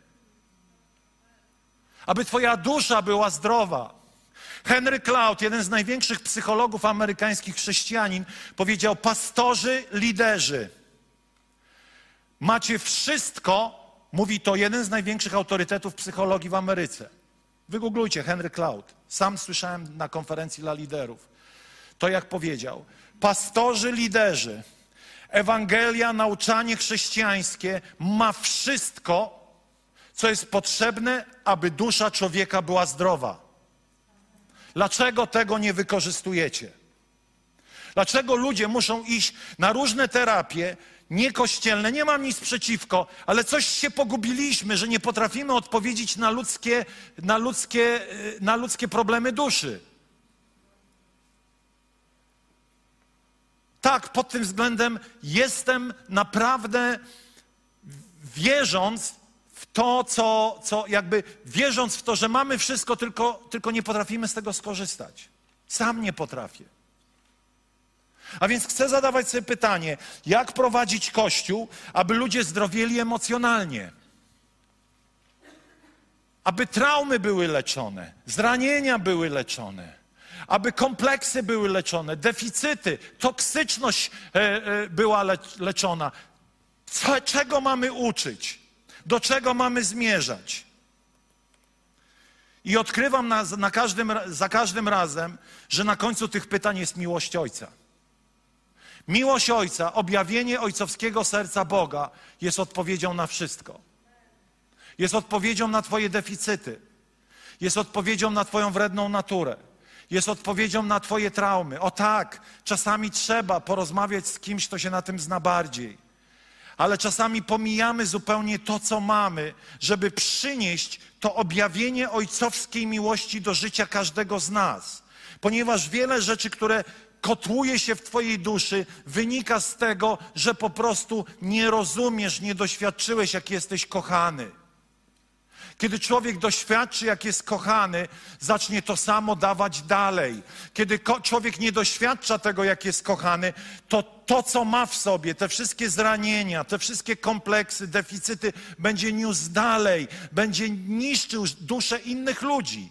Aby Twoja dusza była zdrowa. Henry Cloud, jeden z największych psychologów amerykańskich, chrześcijanin, powiedział, pastorzy, liderzy, macie wszystko, mówi to jeden z największych autorytetów psychologii w Ameryce. Wygooglujcie Henry Cloud. Sam słyszałem na konferencji dla liderów. To jak powiedział, pastorzy, liderzy, Ewangelia, nauczanie chrześcijańskie ma wszystko, co jest potrzebne, aby dusza człowieka była zdrowa. Dlaczego tego nie wykorzystujecie? Dlaczego ludzie muszą iść na różne terapie niekościelne? Nie mam nic przeciwko, ale coś się pogubiliśmy, że nie potrafimy odpowiedzieć na ludzkie, na ludzkie, na ludzkie problemy duszy. Tak, pod tym względem jestem naprawdę wierząc w to, co, co jakby wierząc w to, że mamy wszystko, tylko, tylko nie potrafimy z tego skorzystać. Sam nie potrafię. A więc chcę zadawać sobie pytanie, jak prowadzić Kościół, aby ludzie zdrowieli emocjonalnie? Aby traumy były leczone, zranienia były leczone, aby kompleksy były leczone, deficyty, toksyczność e, e, była le, leczona. Co, czego mamy uczyć? Do czego mamy zmierzać? I odkrywam na, na każdym, za każdym razem, że na końcu tych pytań jest miłość Ojca. Miłość Ojca, objawienie ojcowskiego serca Boga jest odpowiedzią na wszystko. Jest odpowiedzią na twoje deficyty. Jest odpowiedzią na twoją wredną naturę. Jest odpowiedzią na twoje traumy. O tak, czasami trzeba porozmawiać z kimś, kto się na tym zna bardziej. Ale czasami pomijamy zupełnie to, co mamy, żeby przynieść to objawienie ojcowskiej miłości do życia każdego z nas. Ponieważ wiele rzeczy, które kotłuje się w twojej duszy, wynika z tego, że po prostu nie rozumiesz, nie doświadczyłeś, jak jesteś kochany. Kiedy człowiek doświadczy, jak jest kochany, zacznie to samo dawać dalej. Kiedy człowiek nie doświadcza tego, jak jest kochany, to to, co ma w sobie, te wszystkie zranienia, te wszystkie kompleksy, deficyty, będzie niósł dalej, będzie niszczył duszę innych ludzi.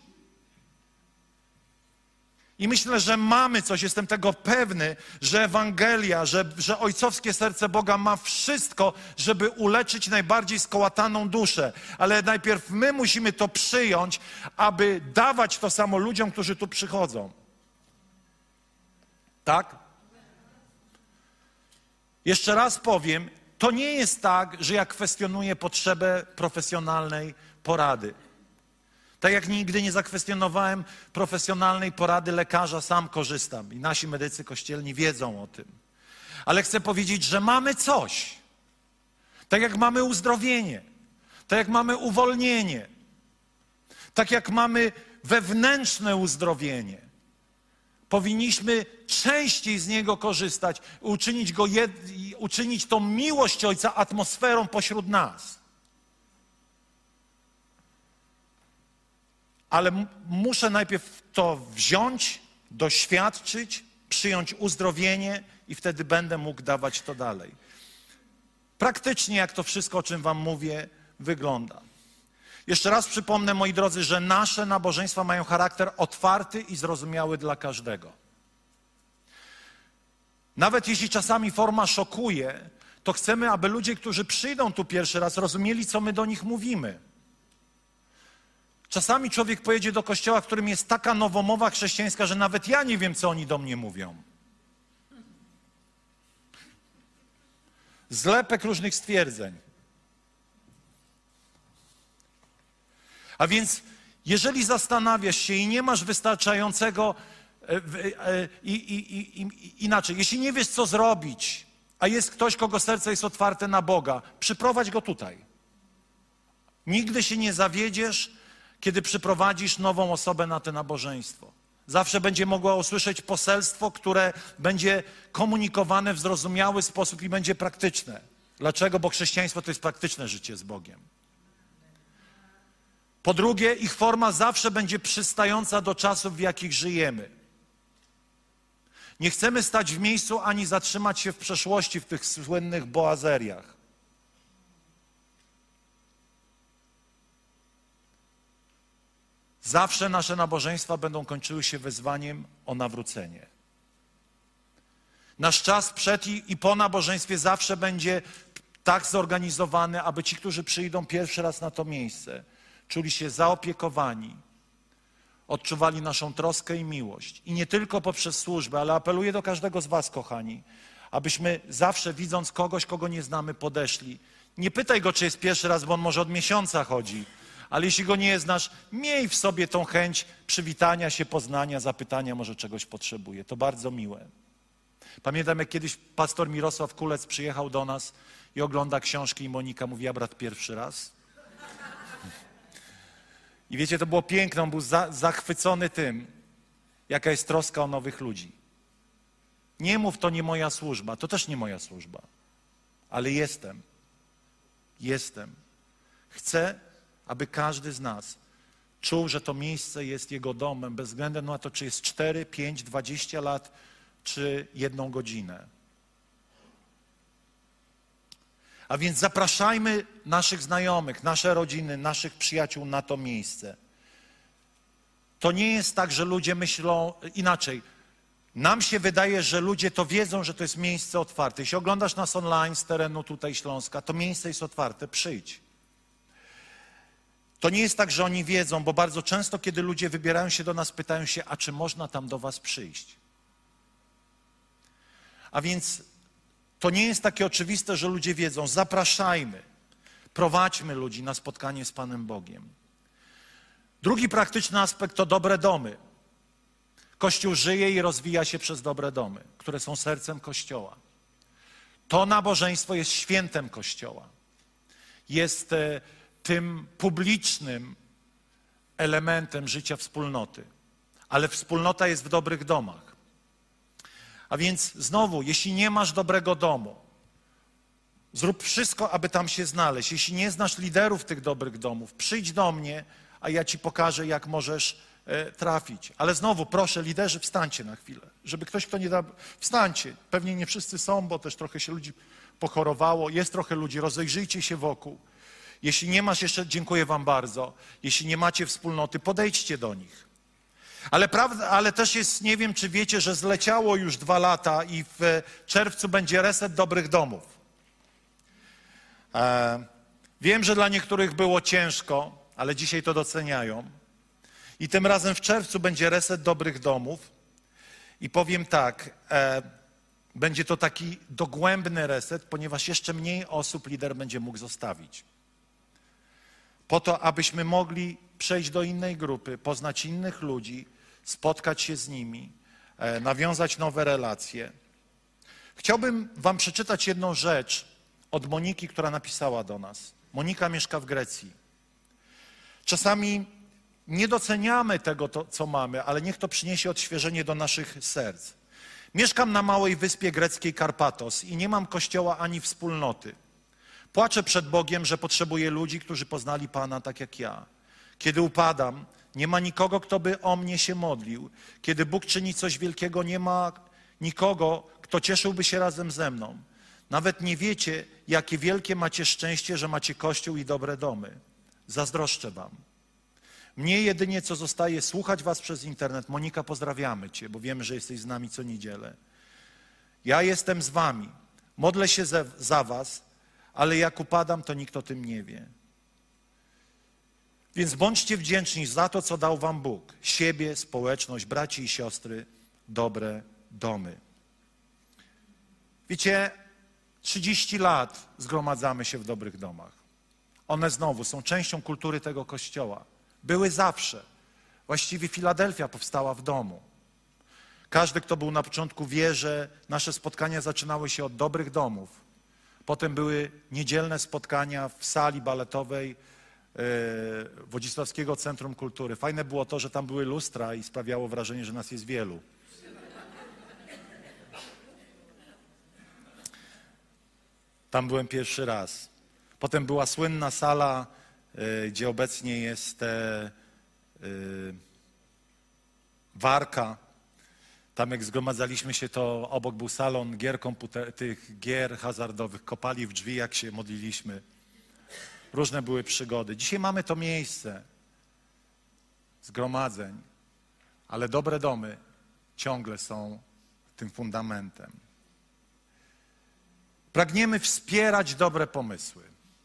I myślę, że mamy coś, jestem tego pewny, że Ewangelia, że, że ojcowskie serce Boga ma wszystko, żeby uleczyć najbardziej skołataną duszę. Ale najpierw my musimy to przyjąć, aby dawać to samo ludziom, którzy tu przychodzą. Tak? Jeszcze raz powiem, to nie jest tak, że ja kwestionuję potrzebę profesjonalnej porady. Tak jak nigdy nie zakwestionowałem profesjonalnej porady lekarza, sam korzystam i nasi medycy kościelni wiedzą o tym. Ale chcę powiedzieć, że mamy coś. Tak jak mamy uzdrowienie, tak jak mamy uwolnienie, tak jak mamy wewnętrzne uzdrowienie. Powinniśmy częściej z niego korzystać, uczynić, go jed... uczynić tą miłość Ojca atmosferą pośród nas. Ale muszę najpierw to wziąć, doświadczyć, przyjąć uzdrowienie i wtedy będę mógł dawać to dalej. Praktycznie jak to wszystko, o czym wam mówię, wygląda. Jeszcze raz przypomnę, moi drodzy, że nasze nabożeństwa mają charakter otwarty i zrozumiały dla każdego. Nawet jeśli czasami forma szokuje, to chcemy, aby ludzie, którzy przyjdą tu pierwszy raz, rozumieli, co my do nich mówimy. Czasami człowiek pojedzie do kościoła, w którym jest taka nowomowa chrześcijańska, że nawet ja nie wiem, co oni do mnie mówią. Zlepek różnych stwierdzeń. A więc, jeżeli zastanawiasz się i nie masz wystarczającego, e, e, i, i, i, inaczej, jeśli nie wiesz, co zrobić, a jest ktoś, kogo serce jest otwarte na Boga, przyprowadź go tutaj. Nigdy się nie zawiedziesz, kiedy przyprowadzisz nową osobę na to nabożeństwo. Zawsze będzie mogła usłyszeć poselstwo, które będzie komunikowane w zrozumiały sposób i będzie praktyczne. Dlaczego? Bo chrześcijaństwo to jest praktyczne życie z Bogiem. Po drugie, ich forma zawsze będzie przystająca do czasów, w jakich żyjemy. Nie chcemy stać w miejscu ani zatrzymać się w przeszłości w tych słynnych boazeriach. Zawsze nasze nabożeństwa będą kończyły się wezwaniem o nawrócenie. Nasz czas przed i, i po nabożeństwie zawsze będzie tak zorganizowany, aby ci, którzy przyjdą pierwszy raz na to miejsce, czuli się zaopiekowani, odczuwali naszą troskę i miłość. I nie tylko poprzez służbę, ale apeluję do każdego z was, kochani, abyśmy zawsze, widząc kogoś, kogo nie znamy, podeszli, Nie pytaj go, czy jest pierwszy raz, bo on może od miesiąca chodzi. Ale jeśli go nie znasz, miej w sobie tą chęć przywitania się, poznania, zapytania, może czegoś potrzebuje. To bardzo miłe. Pamiętam, jak kiedyś pastor Mirosław Kulec przyjechał do nas i ogląda książki i Monika mówi, a brat pierwszy raz? I wiecie, to było piękne, on był za, zachwycony tym, jaka jest troska o nowych ludzi. Nie mów, to nie moja służba, to też nie moja służba, ale jestem. Jestem. Chcę, aby każdy z nas czuł, że to miejsce jest jego domem, bez względu na to, czy jest cztery, pięć, dwadzieścia lat, czy jedną godzinę. A więc zapraszajmy naszych znajomych, nasze rodziny, naszych przyjaciół na to miejsce. To nie jest tak, że ludzie myślą inaczej. Nam się wydaje, że ludzie to wiedzą, że to jest miejsce otwarte. Jeśli oglądasz nas online z terenu tutaj Śląska, to miejsce jest otwarte, przyjdź. To nie jest tak, że oni wiedzą, bo bardzo często, kiedy ludzie wybierają się do nas, pytają się, a czy można tam do was przyjść? A więc to nie jest takie oczywiste, że ludzie wiedzą. Zapraszajmy, prowadźmy ludzi na spotkanie z Panem Bogiem. Drugi praktyczny aspekt to dobre domy. Kościół żyje i rozwija się przez dobre domy, które są sercem Kościoła. To nabożeństwo jest świętem Kościoła. Jest e, tym publicznym elementem życia wspólnoty. Ale wspólnota jest w dobrych domach. A więc znowu, jeśli nie masz dobrego domu, zrób wszystko, aby tam się znaleźć. Jeśli nie znasz liderów tych dobrych domów, przyjdź do mnie, a ja ci pokażę, jak możesz e, trafić. Ale znowu, proszę, liderzy, wstańcie na chwilę. Żeby ktoś, kto nie da... Wstańcie. Pewnie nie wszyscy są, bo też trochę się ludzi pochorowało. Jest trochę ludzi. Rozejrzyjcie się wokół. Jeśli nie masz jeszcze, dziękuję wam bardzo. Jeśli nie macie wspólnoty, podejdźcie do nich. Ale, prawda, ale też jest, nie wiem, czy wiecie, że zleciało już dwa lata i w czerwcu będzie reset dobrych domów. E, wiem, że dla niektórych było ciężko, ale dzisiaj to doceniają. I tym razem w czerwcu będzie reset dobrych domów. I powiem tak, e, będzie to taki dogłębny reset, ponieważ jeszcze mniej osób lider będzie mógł zostawić. Po to, abyśmy mogli przejść do innej grupy, poznać innych ludzi, spotkać się z nimi, e, nawiązać nowe relacje. Chciałbym wam przeczytać jedną rzecz od Moniki, która napisała do nas. Monika mieszka w Grecji. Czasami nie doceniamy tego, to, co mamy, ale niech to przyniesie odświeżenie do naszych serc. Mieszkam na małej wyspie greckiej Karpatos i nie mam kościoła ani wspólnoty. Płaczę przed Bogiem, że potrzebuję ludzi, którzy poznali Pana tak jak ja. Kiedy upadam, nie ma nikogo, kto by o mnie się modlił. Kiedy Bóg czyni coś wielkiego, nie ma nikogo, kto cieszyłby się razem ze mną. Nawet nie wiecie, jakie wielkie macie szczęście, że macie kościół i dobre domy. Zazdroszczę wam. Mnie jedynie co zostaje słuchać was przez internet. Monika, pozdrawiamy cię, bo wiemy, że jesteś z nami co niedzielę. Ja jestem z wami. Modlę się za, za was, ale jak upadam, to nikt o tym nie wie. Więc bądźcie wdzięczni za to, co dał wam Bóg. Siebie, społeczność, braci i siostry, dobre domy. Wiecie, trzydzieści lat zgromadzamy się w dobrych domach. One znowu są częścią kultury tego kościoła. Były zawsze. Właściwie Filadelfia powstała w domu. Każdy, kto był na początku, wie, że nasze spotkania zaczynały się od dobrych domów. Potem były niedzielne spotkania w sali baletowej Wodzisławskiego Centrum Kultury. Fajne było to, że tam były lustra i sprawiało wrażenie, że nas jest wielu. Tam byłem pierwszy raz. Potem była słynna sala, gdzie obecnie jest Warka. Tam jak zgromadzaliśmy się, to obok był salon gier komputer, tych gier hazardowych. Kopali w drzwi, jak się modliliśmy. Różne były przygody. Dzisiaj mamy to miejsce zgromadzeń, ale dobre domy ciągle są tym fundamentem. Pragniemy wspierać dobre pomysły.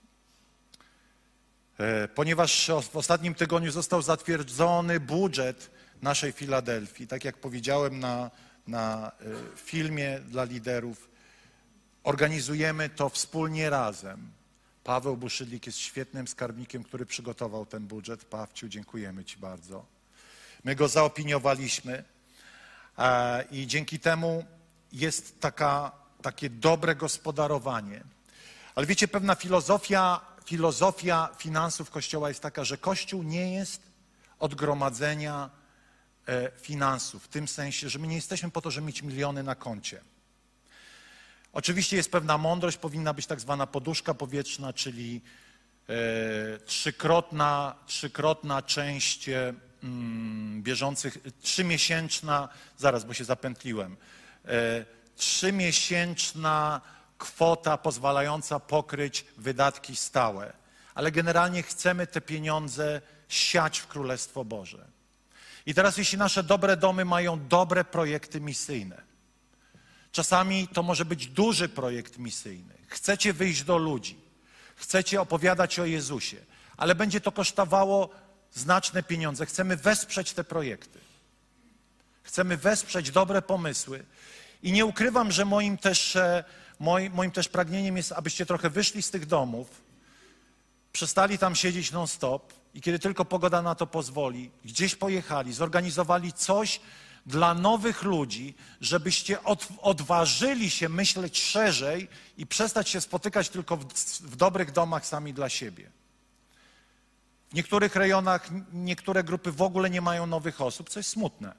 Ponieważ w ostatnim tygodniu został zatwierdzony budżet naszej Filadelfii, tak jak powiedziałem na, na filmie dla liderów, organizujemy to wspólnie razem. Paweł Buszydlik jest świetnym skarbnikiem, który przygotował ten budżet. Pawciu, dziękujemy Ci bardzo. My go zaopiniowaliśmy e, i dzięki temu jest taka, takie dobre gospodarowanie. Ale wiecie, pewna filozofia, filozofia finansów Kościoła jest taka, że Kościół nie jest od gromadzenia e, finansów. W tym sensie, że my nie jesteśmy po to, żeby mieć miliony na koncie. Oczywiście jest pewna mądrość, powinna być tak zwana poduszka powietrzna, czyli e, trzykrotna, trzykrotna część e, mm, bieżących, trzymiesięczna, zaraz, bo się zapętliłem, e, trzymiesięczna kwota pozwalająca pokryć wydatki stałe. Ale generalnie chcemy te pieniądze siać w Królestwo Boże. I teraz jeśli nasze dobre domy mają dobre projekty misyjne, czasami to może być duży projekt misyjny. Chcecie wyjść do ludzi, chcecie opowiadać o Jezusie, ale będzie to kosztowało znaczne pieniądze. Chcemy wesprzeć te projekty. Chcemy wesprzeć dobre pomysły. I nie ukrywam, że moim też, moim, moim też pragnieniem jest, abyście trochę wyszli z tych domów, przestali tam siedzieć non-stop i kiedy tylko pogoda na to pozwoli, gdzieś pojechali, zorganizowali coś dla nowych ludzi, żebyście od, odważyli się myśleć szerzej i przestać się spotykać tylko w, w dobrych domach sami dla siebie. W niektórych rejonach niektóre grupy w ogóle nie mają nowych osób, co jest smutne.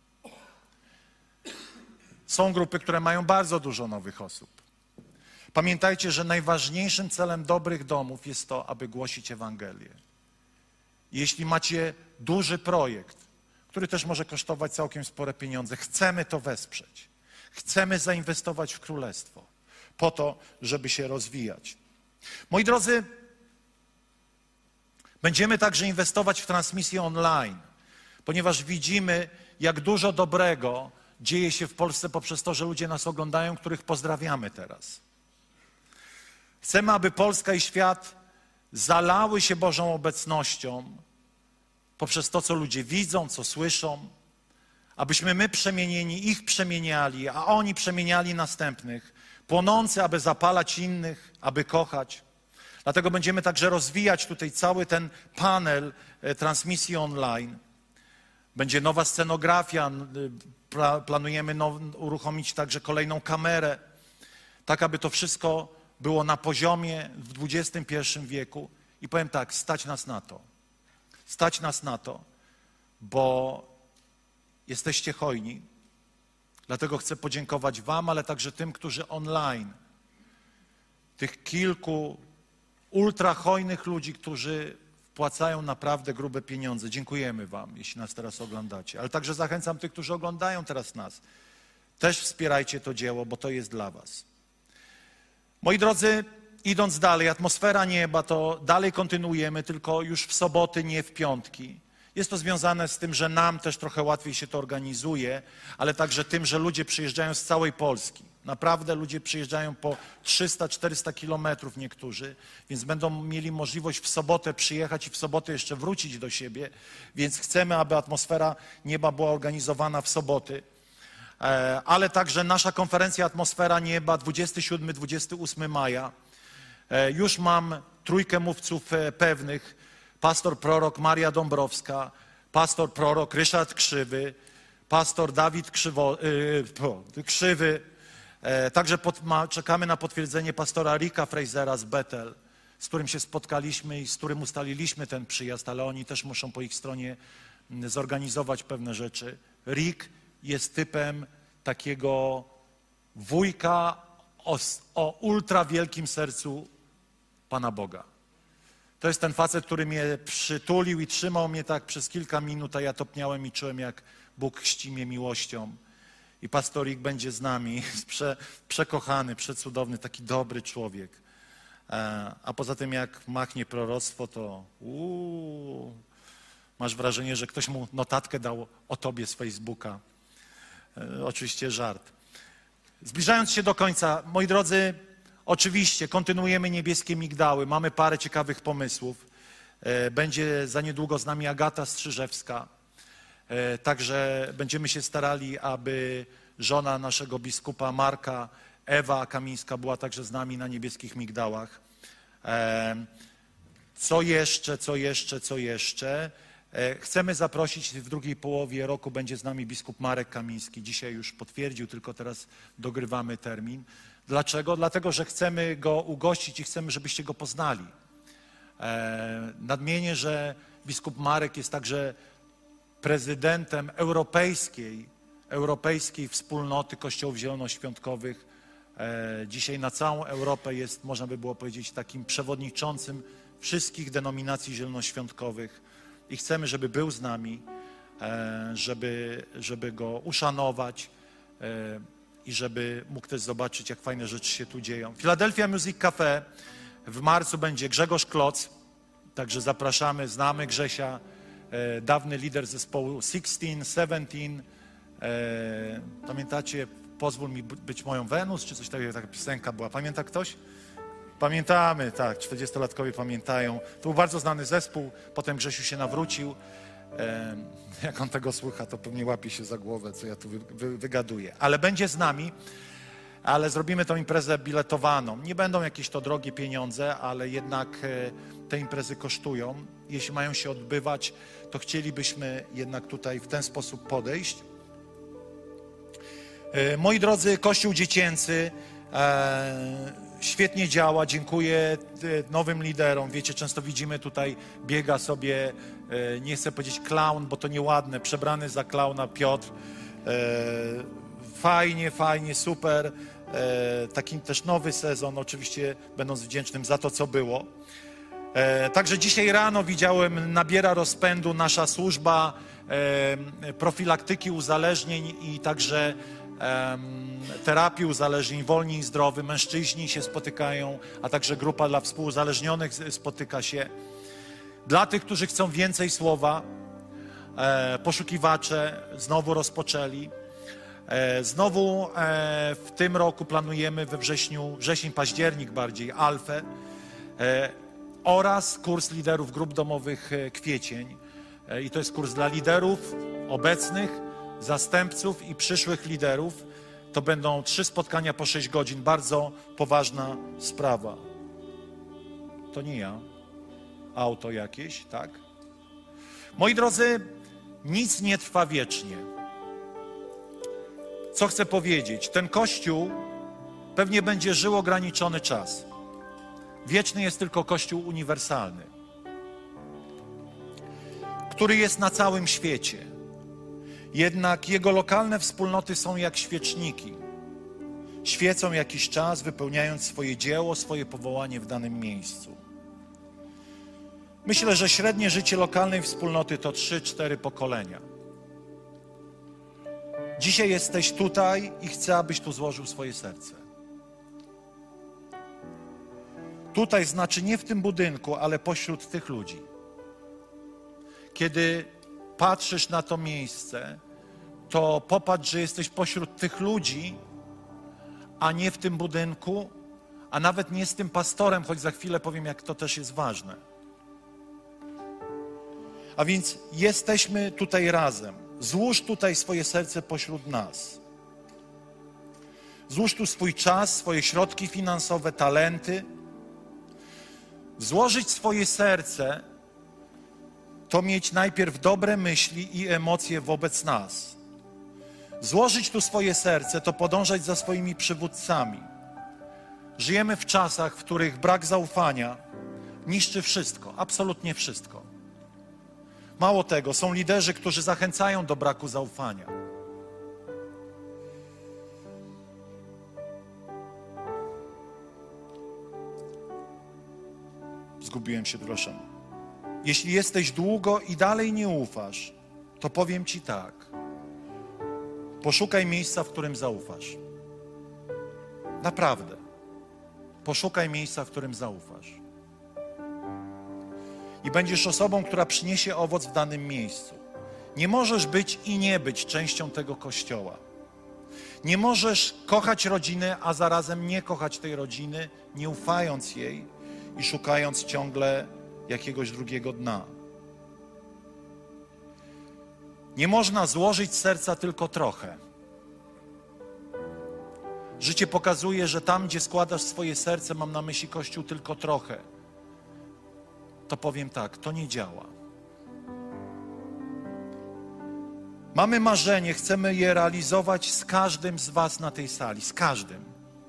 Są grupy, które mają bardzo dużo nowych osób. Pamiętajcie, że najważniejszym celem dobrych domów jest to, aby głosić Ewangelię. Jeśli macie duży projekt, który też może kosztować całkiem spore pieniądze, chcemy to wesprzeć. Chcemy zainwestować w Królestwo po to, żeby się rozwijać. Moi drodzy, będziemy także inwestować w transmisję online, ponieważ widzimy, jak dużo dobrego dzieje się w Polsce poprzez to, że ludzie nas oglądają, których pozdrawiamy teraz. Chcemy, aby Polska i świat zalały się Bożą obecnością poprzez to, co ludzie widzą, co słyszą, abyśmy my przemienieni ich przemieniali, a oni przemieniali następnych, płonący, aby zapalać innych, aby kochać. Dlatego będziemy także rozwijać tutaj cały ten panel transmisji online. Będzie nowa scenografia, planujemy now, uruchomić także kolejną kamerę, tak aby to wszystko było na poziomie w dwudziestym pierwszym wieku. I powiem tak, stać nas na to. Stać nas na to, bo jesteście hojni. Dlatego chcę podziękować wam, ale także tym, którzy online, tych kilku ultrahojnych ludzi, którzy wpłacają naprawdę grube pieniądze. Dziękujemy wam, jeśli nas teraz oglądacie. Ale także zachęcam tych, którzy oglądają teraz nas. Też wspierajcie to dzieło, bo to jest dla was. Moi drodzy, idąc dalej, atmosfera nieba, to dalej kontynuujemy, tylko już w soboty, nie w piątki. Jest to związane z tym, że nam też trochę łatwiej się to organizuje, ale także tym, że ludzie przyjeżdżają z całej Polski. Naprawdę ludzie przyjeżdżają po trzysta czterysta kilometrów niektórzy, więc będą mieli możliwość w sobotę przyjechać i w sobotę jeszcze wrócić do siebie, więc chcemy, aby atmosfera nieba była organizowana w soboty. Ale także nasza konferencja Atmosfera Nieba dwudziestego siódmego do dwudziestego ósmego maja. Już mam trójkę mówców pewnych. Pastor prorok Maria Dąbrowska, pastor prorok Ryszard Krzywy, pastor Dawid Krzywo, yy, Krzywy. E, także pod, ma, czekamy na potwierdzenie pastora Ricka Frasera z Bethel, z którym się spotkaliśmy i z którym ustaliliśmy ten przyjazd, ale oni też muszą po ich stronie zorganizować pewne rzeczy. Rick jest typem takiego wujka o, o ultra wielkim sercu Pana Boga. To jest ten facet, który mnie przytulił i trzymał mnie tak przez kilka minut, a ja topniałem i czułem, jak Bóg chści mnie miłością. I pastor Rick będzie z nami, prze, przekochany, przecudowny, taki dobry człowiek. A poza tym, jak machnie proroctwo, to uu, masz wrażenie, że ktoś mu notatkę dał o tobie z Facebooka. E, oczywiście żart. Zbliżając się do końca, moi drodzy, oczywiście kontynuujemy Niebieskie Migdały. Mamy parę ciekawych pomysłów. E, będzie za niedługo z nami Agata Strzyżewska. E, także będziemy się starali, aby żona naszego biskupa Marka, Ewa Kamińska, była także z nami na Niebieskich Migdałach. Co jeszcze, co jeszcze, co jeszcze? Chcemy zaprosić, w drugiej połowie roku będzie z nami biskup Marek Kamiński. Dzisiaj już potwierdził, tylko teraz dogrywamy termin. Dlaczego? Dlatego, że chcemy go ugościć i chcemy, żebyście go poznali. Nadmienię, że biskup Marek jest także prezydentem europejskiej, europejskiej wspólnoty Kościołów Zielonoświątkowych. Dzisiaj na całą Europę jest, można by było powiedzieć, takim przewodniczącym wszystkich denominacji zielonoświątkowych i chcemy, żeby był z nami, żeby, żeby go uszanować i żeby mógł też zobaczyć, jak fajne rzeczy się tu dzieją. Philadelphia Music Cafe w marcu będzie Grzegorz Kloc, także zapraszamy, znamy Grzesia, dawny lider zespołu sixteen, seventeen. Pamiętacie, pozwól mi być moją Wenus, czy coś takiego, taka piosenka była. Pamięta ktoś? Pamiętamy, tak, czterdziestolatkowie pamiętają. To był bardzo znany zespół, potem Grzesiu się nawrócił. E, jak on tego słucha, to pewnie łapie się za głowę, co ja tu wy, wy, wygaduję. Ale będzie z nami, ale zrobimy tą imprezę biletowaną. Nie będą jakieś to drogie pieniądze, ale jednak e, te imprezy kosztują. Jeśli mają się odbywać, to chcielibyśmy jednak tutaj w ten sposób podejść. E, moi drodzy, Kościół Dziecięcy e, świetnie działa, dziękuję nowym liderom. Wiecie, często widzimy tutaj, biega sobie, nie chcę powiedzieć klaun, bo to nieładne, przebrany za klauna Piotr. Fajnie, fajnie, super. Taki też nowy sezon, oczywiście będąc wdzięcznym za to, co było. Także dzisiaj rano widziałem, nabiera rozpędu nasza służba profilaktyki uzależnień i także terapii uzależnień, wolni i zdrowy, mężczyźni się spotykają, a także grupa dla współuzależnionych spotyka się. Dla tych, którzy chcą więcej słowa, poszukiwacze znowu rozpoczęli. Znowu w tym roku planujemy we wrześniu, wrzesień, październik bardziej, Alfę oraz kurs liderów grup domowych kwiecień. I to jest kurs dla liderów obecnych, zastępców i przyszłych liderów. To będą trzy spotkania po sześć godzin. Bardzo poważna sprawa. To nie ja. Auto jakieś, tak? Moi drodzy, nic nie trwa wiecznie. Co chcę powiedzieć? Ten Kościół pewnie będzie żył ograniczony czas. Wieczny jest tylko Kościół uniwersalny, który jest na całym świecie. Jednak jego lokalne wspólnoty są jak świeczniki. Świecą jakiś czas, wypełniając swoje dzieło, swoje powołanie w danym miejscu. Myślę, że średnie życie lokalnej wspólnoty to trzy cztery pokolenia. Dzisiaj jesteś tutaj i chcę, abyś tu złożył swoje serce. Tutaj znaczy nie w tym budynku, ale pośród tych ludzi. Kiedy patrzysz na to miejsce, to popatrz, że jesteś pośród tych ludzi, a nie w tym budynku, a nawet nie z tym pastorem, choć za chwilę powiem, jak to też jest ważne. A więc jesteśmy tutaj razem. Złóż tutaj swoje serce pośród nas. Złóż tu swój czas, swoje środki finansowe, talenty. Złożyć swoje serce to mieć najpierw dobre myśli i emocje wobec nas. Złożyć tu swoje serce to podążać za swoimi przywódcami. Żyjemy w czasach, w których brak zaufania niszczy wszystko, absolutnie wszystko. Mało tego, są liderzy, którzy zachęcają do braku zaufania. Zgubiłem się, proszę. Jeśli jesteś długo i dalej nie ufasz, to powiem Ci tak. Poszukaj miejsca, w którym zaufasz. Naprawdę. Poszukaj miejsca, w którym zaufasz. I będziesz osobą, która przyniesie owoc w danym miejscu. Nie możesz być i nie być częścią tego Kościoła. Nie możesz kochać rodziny, a zarazem nie kochać tej rodziny, nie ufając jej i szukając ciągle jakiegoś drugiego dna. Nie można złożyć serca tylko trochę. Życie pokazuje, że tam, gdzie składasz swoje serce, mam na myśli Kościół, tylko trochę, to powiem tak, to nie działa. Mamy marzenie, chcemy je realizować z każdym z was na tej sali, z każdym.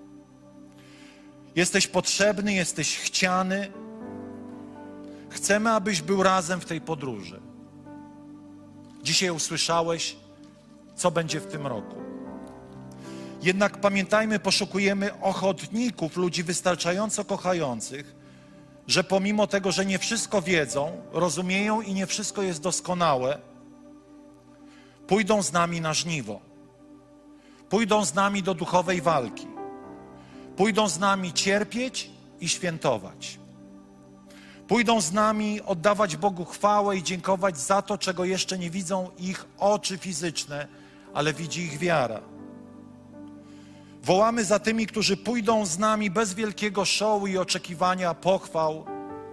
Jesteś potrzebny, jesteś chciany. Chcemy, abyś był razem w tej podróży. Dzisiaj usłyszałeś, co będzie w tym roku. Jednak pamiętajmy, poszukujemy ochotników, ludzi wystarczająco kochających, że pomimo tego, że nie wszystko wiedzą, rozumieją i nie wszystko jest doskonałe, pójdą z nami na żniwo. Pójdą z nami do duchowej walki. Pójdą z nami cierpieć i świętować. Pójdą z nami oddawać Bogu chwałę i dziękować za to, czego jeszcze nie widzą ich oczy fizyczne, ale widzi ich wiara. Wołamy za tymi, którzy pójdą z nami bez wielkiego showu i oczekiwania pochwał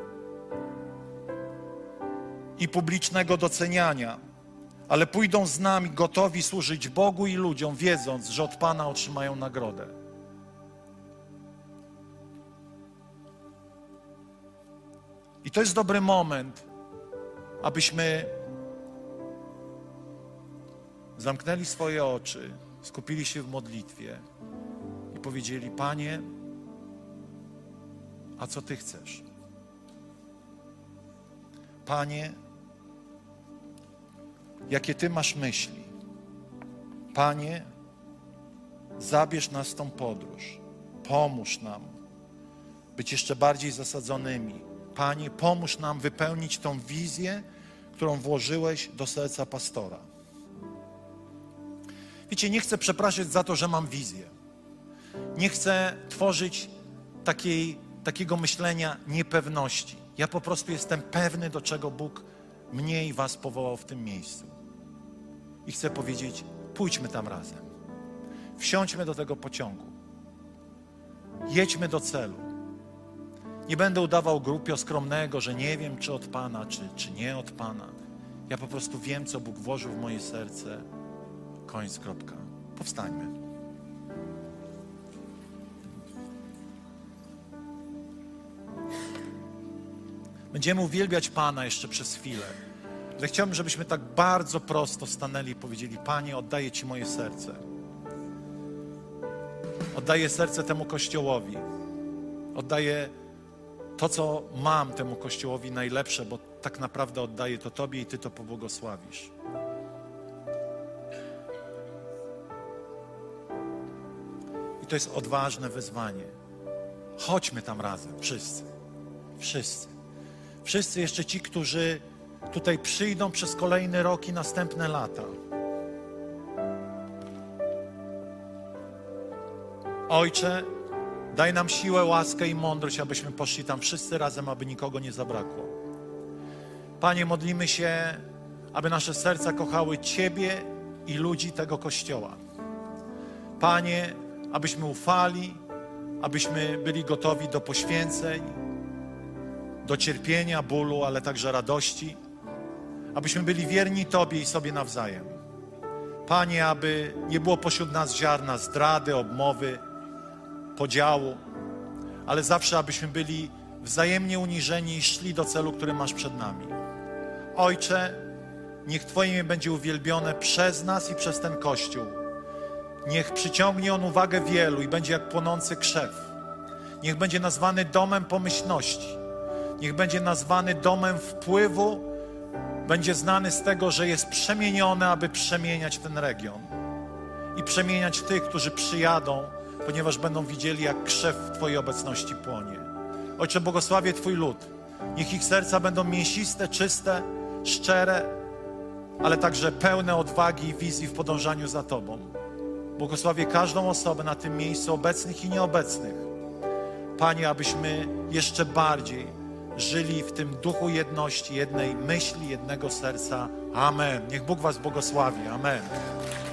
i publicznego doceniania, ale pójdą z nami gotowi służyć Bogu i ludziom, wiedząc, że od Pana otrzymają nagrodę. I to jest dobry moment, abyśmy zamknęli swoje oczy, skupili się w modlitwie i powiedzieli: Panie, a co Ty chcesz? Panie, jakie Ty masz myśli? Panie, zabierz nas w tą podróż. Pomóż nam być jeszcze bardziej zasadzonymi. Panie, pomóż nam wypełnić tą wizję, którą włożyłeś do serca pastora. Wiecie, nie chcę przepraszać za to, że mam wizję. Nie chcę tworzyć takiej, takiego myślenia niepewności. Ja po prostu jestem pewny, do czego Bóg mnie i was powołał w tym miejscu. I chcę powiedzieć, pójdźmy tam razem. Wsiądźmy do tego pociągu. Jedźmy do celu. Nie będę udawał grupie skromnego, że nie wiem, czy od Pana, czy, czy nie od Pana. Ja po prostu wiem, co Bóg włożył w moje serce. Koniec, kropka. Powstańmy. Będziemy uwielbiać Pana jeszcze przez chwilę. Ale chciałbym, żebyśmy tak bardzo prosto stanęli i powiedzieli: Panie, oddaję Ci moje serce. Oddaję serce temu Kościołowi. Oddaję to, co mam temu Kościołowi najlepsze, bo tak naprawdę oddaję to Tobie i Ty to pobłogosławisz. I to jest odważne wezwanie. Chodźmy tam razem, wszyscy. Wszyscy. Wszyscy, jeszcze ci, którzy tutaj przyjdą przez kolejny rok i następne lata. Ojcze, daj nam siłę, łaskę i mądrość, abyśmy poszli tam wszyscy razem, aby nikogo nie zabrakło. Panie, modlimy się, aby nasze serca kochały Ciebie i ludzi tego Kościoła. Panie, abyśmy ufali, abyśmy byli gotowi do poświęceń, do cierpienia, bólu, ale także radości, abyśmy byli wierni Tobie i sobie nawzajem. Panie, aby nie było pośród nas ziarna zdrady, obmowy, podziału, ale zawsze abyśmy byli wzajemnie uniżeni i szli do celu, który masz przed nami. Ojcze, niech Twoje imię będzie uwielbione przez nas i przez ten Kościół. Niech przyciągnie on uwagę wielu i będzie jak płonący krzew. Niech będzie nazwany domem pomyślności. Niech będzie nazwany domem wpływu. Będzie znany z tego, że jest przemieniony, aby przemieniać ten region. I przemieniać tych, którzy przyjadą, ponieważ będą widzieli, jak krzew w Twojej obecności płonie. Ojcze, błogosławię Twój lud. Niech ich serca będą mięsiste, czyste, szczere, ale także pełne odwagi i wizji w podążaniu za Tobą. Błogosławię każdą osobę na tym miejscu, obecnych i nieobecnych. Panie, abyśmy jeszcze bardziej żyli w tym duchu jedności, jednej myśli, jednego serca. Amen. Niech Bóg was błogosławi. Amen.